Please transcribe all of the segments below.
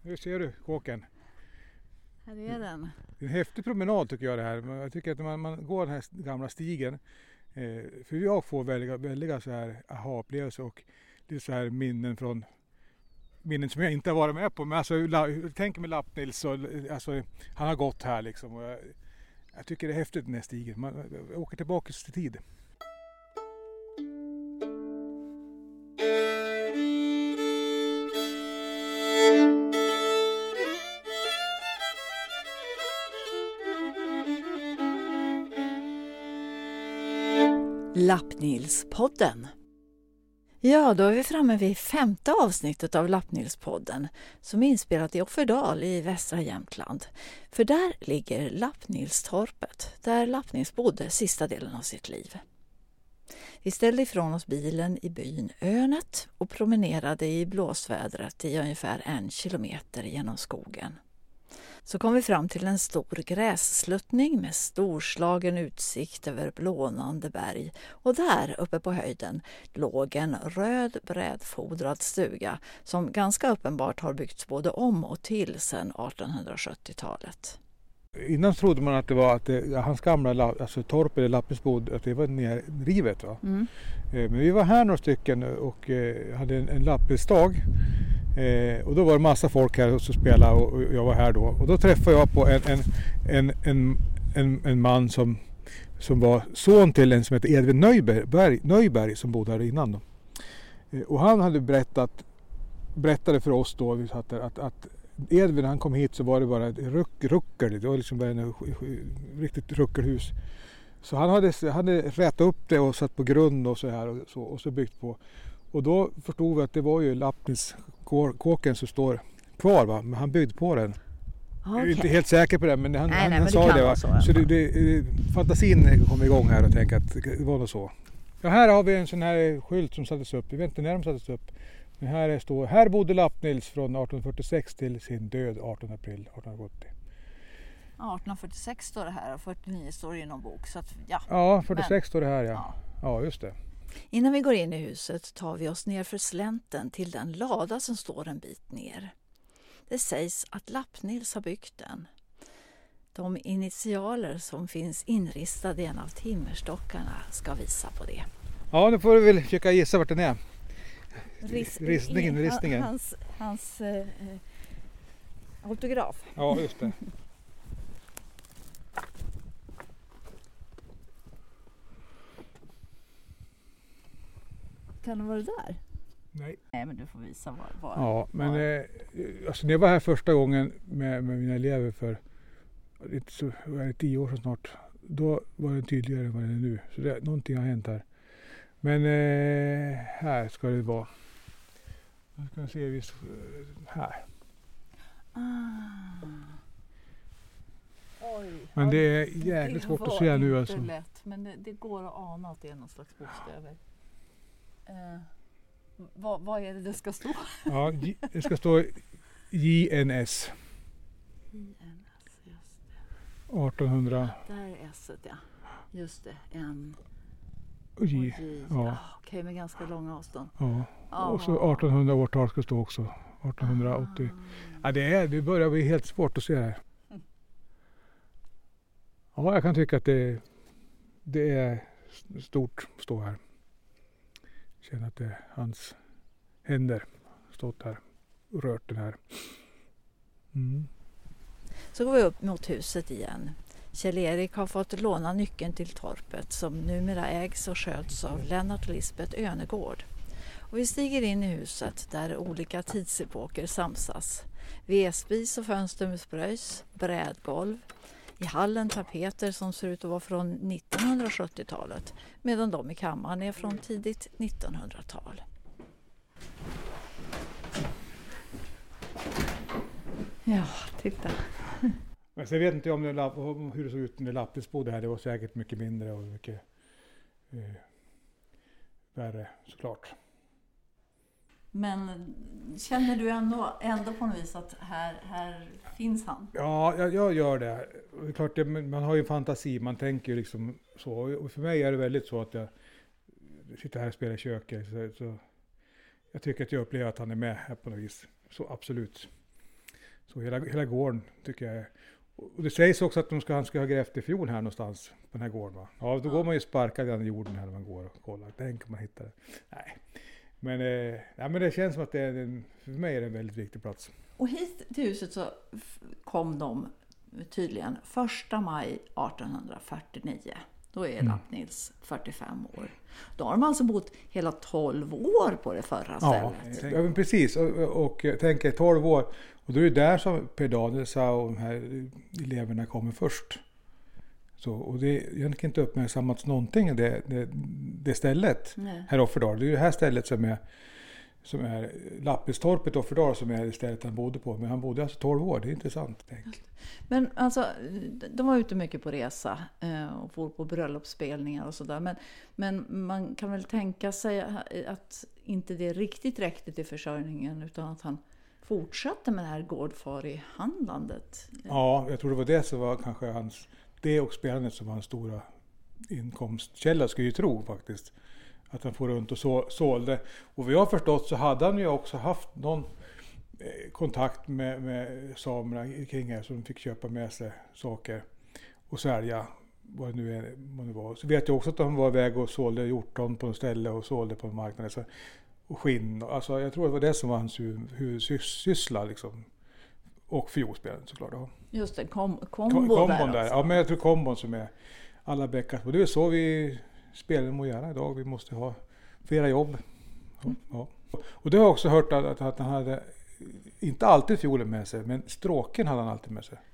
Hur ser du kåken? Här är den. Det är en häftig promenad tycker jag det här. Jag tycker att när man går den här gamla stigen, för jag får väldiga så här aha-upplevelser och lite så här minnen som jag inte har varit med på. Men alltså, jag tänker med Lappnils, alltså, han har gått här liksom. Och jag tycker det är häftigt den här stigen. Man åker tillbaka till tid. Lappnilspodden. Ja, då är vi framme vid 5:e avsnittet av Lappnilspodden som är inspelat i Offerdal i västra Jämtland. För där ligger Lappnilstorpet, där Lappnils bodde sista delen av sitt liv. Vi ställde ifrån oss bilen i byn Önet och promenerade i blåsvädret i ungefär 1 kilometer genom skogen. Så kom vi fram till en stor grässluttning med storslagen utsikt över blånande berg och där uppe på höjden låg en röd brädfodrad stuga som ganska uppenbart har byggts både om och till sedan 1870-talet. Innan trodde man att det var att hans gamla torp eller Lappnilsbod, att det var nerrivet. Va? Mm. Men vi var här några stycken och hade en Lappnilsdag. Och då var det massa folk här som spelade och jag var här då. Och då träffade jag på en man som var son till en som heter Edvin Neuberg som bodde här innan då. Och han hade berättade för oss då vi satt där, att Edvin när han kom hit så var det bara ett ruckel. Det var liksom bara en riktigt ruckelhus. Så han hade rätt upp det och satt på grund och så här och så byggt på. Och då förstod vi att det var ju Lappnilskåken som står kvar, va? Men han byggde på den. Okay. Jag är inte helt säker på det, men han sa det. Va? Så fantasin kom igång här och tänkte att det var nog så. Ja, här har vi en sån här skylt som sattes upp. Vi vet inte när de sattes upp. Men här bodde Lappnils från 1846 till sin död 18 april 1870. 1846 står det här och 49 står det i någon bok. Så att, ja. Ja, 46 står det här, ja, just det. Innan vi går in i huset tar vi oss ner för slänten till den lada som står en bit ner. Det sägs att Lappnils har byggt den. De initialer som finns inristade i en av timmerstockarna ska visa på det. Ja, nu får du väl försöka gissa vart den är. Ristningen. Hans autograf. Ja, just det. Kan det vara där? Nej, men du får visa var. Ja, men alltså när jag var här första gången med mina elever för 10 år sedan snart, då var det tydligare än vad det är nu. Så någonting har hänt här. Men här ska det vara. Nu ska vi se visst här. Oj, men det är jävligt svårt att se nu. Alltså. Lätt, men det går att ana att det är någon slags bokstäver. Vad är det ska stå? Ja, det ska stå JNS. JNS, just det. 1800. Där är S-et, ja. Just det, N och J. Ja. Okej, med ganska långa avstånd. Ja, och så 1800 årtal ska stå också. 1880. Ja, det börjar bli helt svårt att se här. Ja, jag kan tycka att det är stort att stå här. Känner att det är hans händer stått här och rört den här. Mm. Så går vi upp mot huset igen. Kjell-Erik har fått låna nyckeln till torpet som numera ägs och sköts av Lennart och Lisbeth Önegård. Och vi stiger in i huset där olika tidsepoker samsas. Vedspis och fönster med spröjs, brädgolv. I hallen tapeter som ser ut att vara från 1970-talet medan de i kammaren är från tidigt 1900-tal. Ja, titta. Men så jag vet inte om hur det såg ut när Lappnils bodde här. Det var säkert mycket mindre och mycket värre såklart. Men känner du ändå på något vis att här finns han? Ja, jag gör det. Det är klart, man har ju en fantasi, man tänker ju liksom så. Och för mig är det väldigt så att jag sitter här och spelar i köket. Så jag tycker att jag upplever att han är med här på något vis. Så absolut. Så hela gården tycker jag är... Och det sägs också att han ska ha grävt i fjol här någonstans på den här gården, va? Ja, då går man ju sparkad i jorden här när man går och kollar. Tänker man hitta det. Nej. Men det känns som att för mig är det en väldigt viktig plats. Och hit till huset så kom de tydligen 1 maj 1849. Då är Lappnils 45 år. Då har de alltså bott hela 12 år på det förra stället. Ja, men precis. Och tänker 12 år. Och då är det där som Per Danielsson och de här eleverna kommer först. Så, och det är egentligen inte uppmärksammats någonting i det stället. Nej. Här i Offerdal. Det är ju det här stället som är Lappnilstorpet Offerdal som är det stället han bodde på. Men han bodde alltså 12 år. Det är intressant. Men alltså, de var ute mycket på resa och for på bröllopsspelningar och sådär. Men man kan väl tänka sig att inte det riktigt räckte till försörjningen, utan att han fortsatte med det här gårdfarihandlandet. Ja, jag tror det var det som var kanske det och spelandet som var hans stora inkomstkälla, skulle jag tro faktiskt. Att han får runt och sålde. Och vad jag har förstått så hade han ju också haft någon kontakt med samerna kring här som fick köpa med sig saker och sälja vad det nu var. Så vet jag också att de var iväg och sålde hjorton på en ställe och sålde på marknaden. Och skinn. Alltså jag tror det var det som var hans huvudsyssla liksom. Och fiolspelen såklart. Ja. Just det, kombon där. Ja, men jag tror kombon som är alla bäckar. Och det är så vi spelar må göra idag. Vi måste ha flera jobb. Ja. Och det har jag också hört att han hade inte alltid fiolen med sig, men stråken hade han alltid med sig.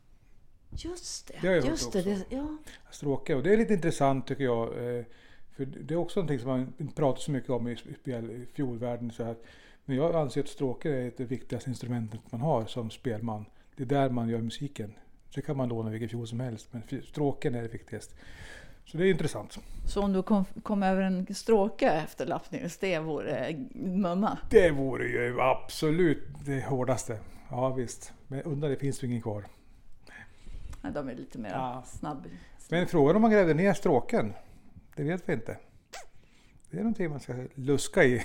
Just det. Det har jag hört också. Ja. Stråken. Och det är lite intressant tycker jag. För det är också någonting som man inte pratar så mycket om i fiolvärlden. Så här. Men jag anser att stråken är det viktigaste instrumentet man har som spelman. Det är där man gör musiken. Så kan man låna vilken fiol som helst. Men stråken är det viktigaste. Så det är intressant. Så om du kom över en stråke efter Lappnils, det vore mumma? Det vore ju absolut det hårdaste. Ja visst. Men undrar det finns ju ingen kvar. Ja, de är lite mer snabb. Men frågan om man grävde ner stråken. Det vet vi inte. Det är någonting man ska luska i.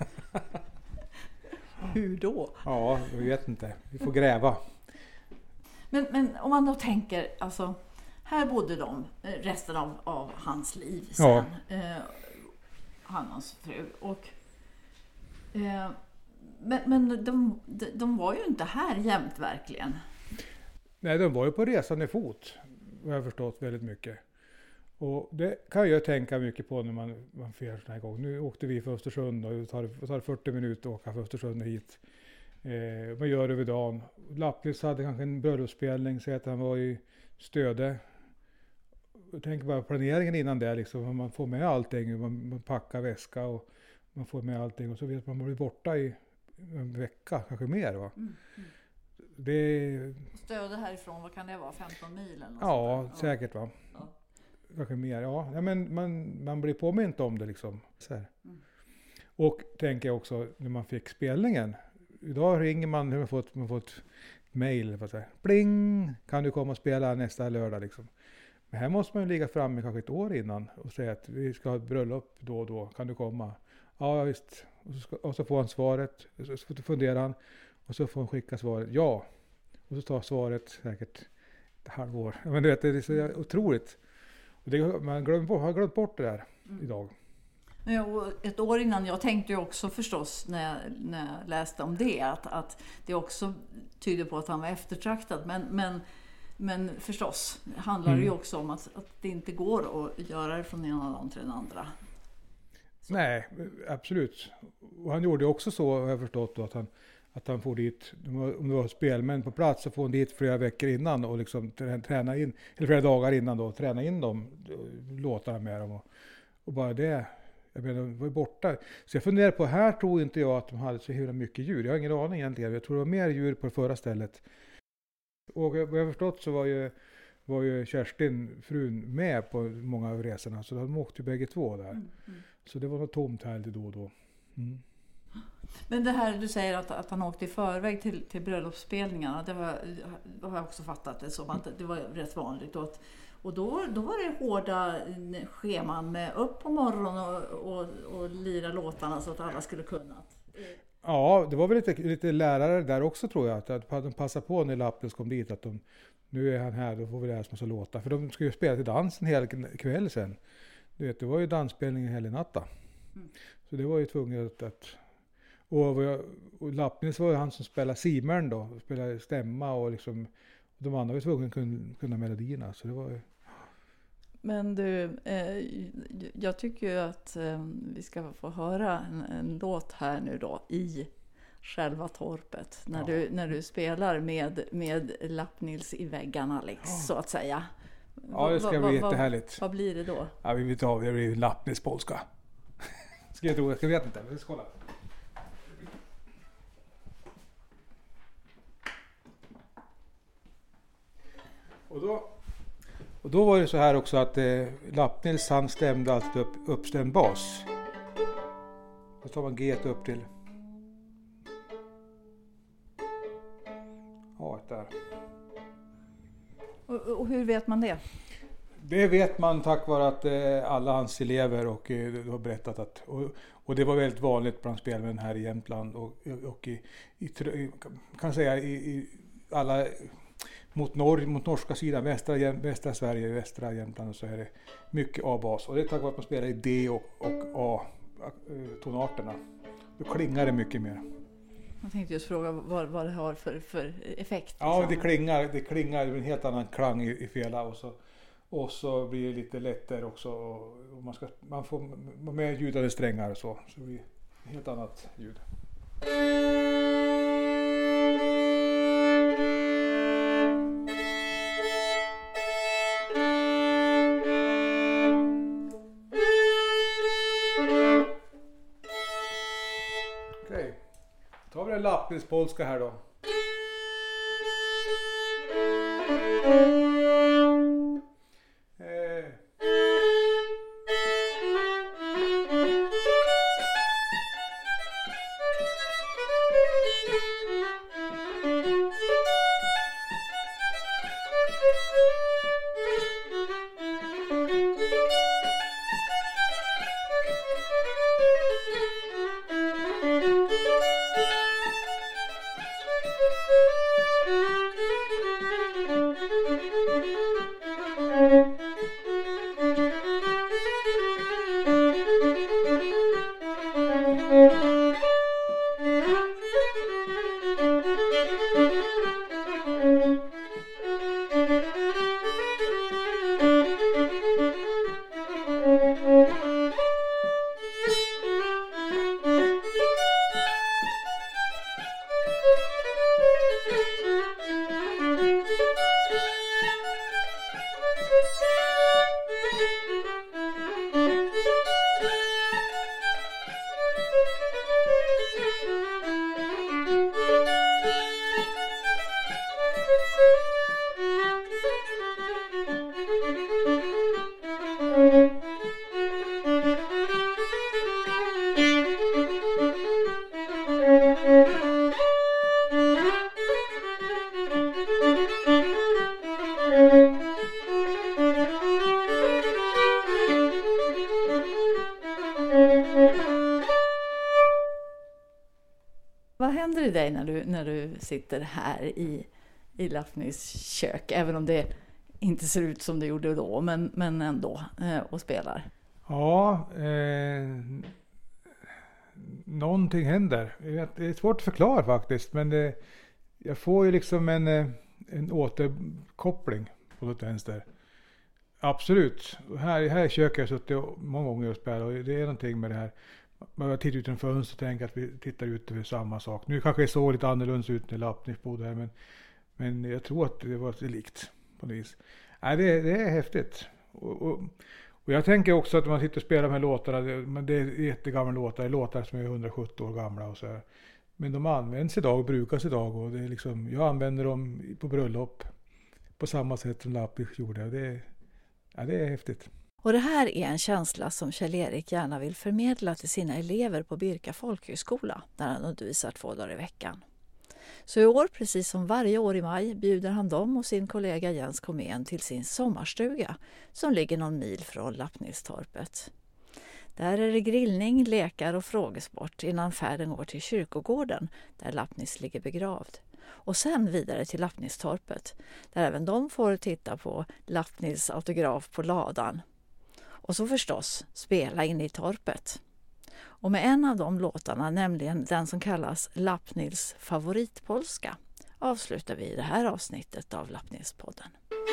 Hur då? Ja, vi vet inte. Vi får gräva. Men om man då tänker, alltså, här bodde de resten av hans liv sen. Ja. Han och hans fru. Men de var ju inte här jämt verkligen. Nej, de var ju på resande fot. Jag har förstått väldigt mycket. Och det kan jag tänka mycket på när man firar sån här gång. Nu åkte vi för Östersund och det tar 40 minuter att åka för Östersund hit. Man gör det över dagen. Lappnils hade kanske en bröllopsspelning, så att han var i Stöde. Jag tänker bara planeringen innan det, liksom, man får med allting. Man packar väska och man får med allting. Och så vet man blir borta i en vecka, kanske mer va. Stöde härifrån, vad kan det vara? 15 mil eller något ja, säkert va. Ja. Kanske mer, ja. Men man blir påmint om det liksom. Så här. Och tänker jag också när man fick spelningen. Idag ringer man, man fått mejl. Pling! Kan du komma och spela nästa lördag liksom. Men här måste man ju ligga framme kanske ett år innan och säga att vi ska ha ett bröllop då och då. Kan du komma? Ja visst. Och så får han svaret. Så funderar han. Och så får han skicka svaret. Ja. Och så tar svaret säkert ett halvår. Men du vet, det är så otroligt. Och man har glömt bort det där idag. Ja, och ett år innan, jag tänkte ju också förstås när jag läste om det att det också tyder på att han var eftertraktad. Men förstås handlar det ju också om att det inte går att göra det från ena dagen till den andra. Så. Nej, absolut. Och han gjorde också så, har jag förstått då, att han får dit, om det var spelmän på plats, så får han dit flera veckor innan och liksom träna in, eller flera dagar innan då, träna in dem, låtarna med dem och bara det, jag menar, de var ju borta. Så jag funderar på, här tror inte jag att de hade så himla mycket djur, jag har ingen aning egentligen, jag tror det var mer djur på det förra stället. Och vad jag har förstått så var ju Kerstin, frun, med på många av resorna, så de åkte ju bägge två där. Så det var något tomt här lite då och då. Men det här du säger att han åkte i förväg till bröllopsspelningarna, det har jag också fattat det som att det var rätt vanligt. Och då var det hårda scheman med upp på morgonen och lira låtarna så att alla skulle kunna. Ja, det var väl lite lärare där också tror jag. Att de passade på när Lappnils kom dit att nu är han här, då får vi lära oss massa låtar. För de ska ju spela till dansen hela kväll sen. Du vet, det var ju dansspelning hela natta. Så det var ju tvunget att och Lappnils var ju han som spelade Simern då. Spelade stämma och liksom, de andra var tvungna att kunna melodierna. Så det var ju... Men du, jag tycker ju att vi ska få höra en låt här nu då i själva torpet. När du spelar med Lappnils i väggarna så att säga. Ja, det ska bli jättehärligt. Vad blir det då? Ja, vi tar det blir Lappnils polska. Ska jag tro, jag vet inte, vi ska kolla. Och då var det så här också att Lappnils han stämde alltid upp uppstämd bas. Då tar man G upp till A där. Och hur vet man det? Det vet man tack vare att alla hans elever och har berättat att och det var väldigt vanligt bland spelmän här i Jämtland och kan säga i alla mot norska sidan, västra Sverige, västra Jämtland, och så är det mycket A-bas. Och det är tack vare att man spelar i D och A-tonarterna. Då klingar det mycket mer. Jag tänkte just fråga vad det har för effekt. Ja, det klingar en helt annan klang i fela och så blir det lite lättare också. Och man får med ljudade strängar och så blir det ett helt annat ljud. Då tar vi en Lappnils polska här då. Vad händer i dig när du sitter här i Lappnils kök, även om det inte ser ut som det gjorde då, men ändå, och spelar? Ja, någonting händer. Det är svårt att förklara faktiskt, men jag får ju liksom en återkoppling på något vänster. Absolut. Här i köket har jag suttit många gånger och spelat, och det är någonting med det här. Man tittar ut genom fönstret och tänker att vi tittar ut över samma sak. Nu kanske det såg lite annorlunda ut när Lappnils bodde här, men jag tror att det var likt på något vis. Nej, det är häftigt. Och jag tänker också att man sitter och spelar de här låtarna, men det är jättegamla låtar som är 170 år gamla och så här. Men de används idag och brukas idag, och det är liksom, jag använder dem på bröllop på samma sätt som Lappnils gjorde. Det är häftigt. Och det här är en känsla som Kjell-Erik gärna vill förmedla till sina elever på Birka folkhögskola, där han undervisar 2 dagar i veckan. Så i år, precis som varje år i maj, bjuder han dem och sin kollega Jens Komén till sin sommarstuga som ligger någon mil från Lappnilstorpet. Där är det grillning, lekar och frågesport innan färden går till kyrkogården där Lappnis ligger begravd. Och sen vidare till Lappnistorpet där även de får titta på Lappnis autograf på ladan. Och så förstås spela in i torpet. Och med en av de låtarna, nämligen den som kallas Lappnils favoritpolska, avslutar vi det här avsnittet av Lappnilspodden.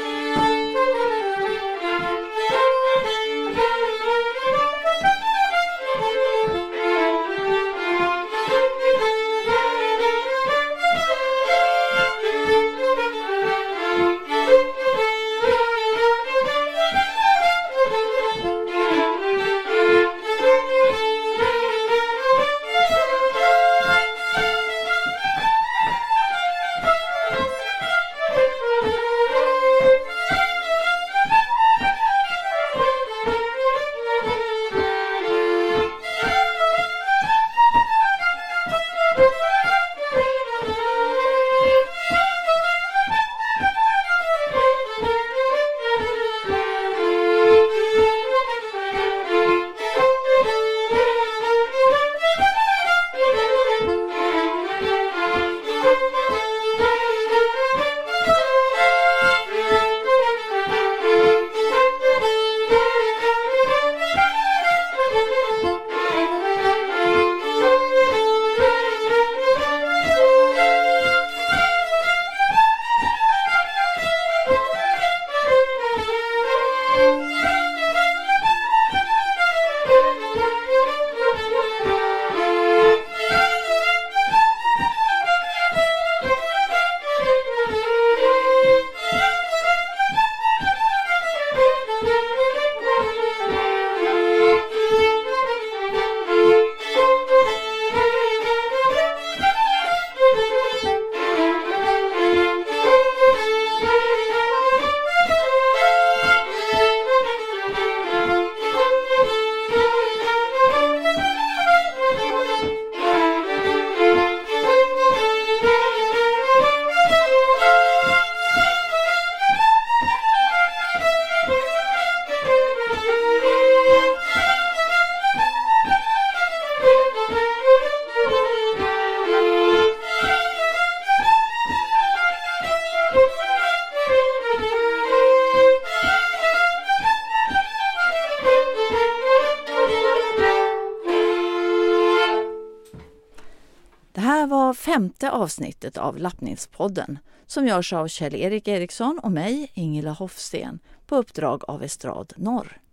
Det här var 5:e avsnittet av Lappnilspodden som görs av Kjell-Erik Eriksson och mig, Ingela Hofsten, på uppdrag av Estrad Norr.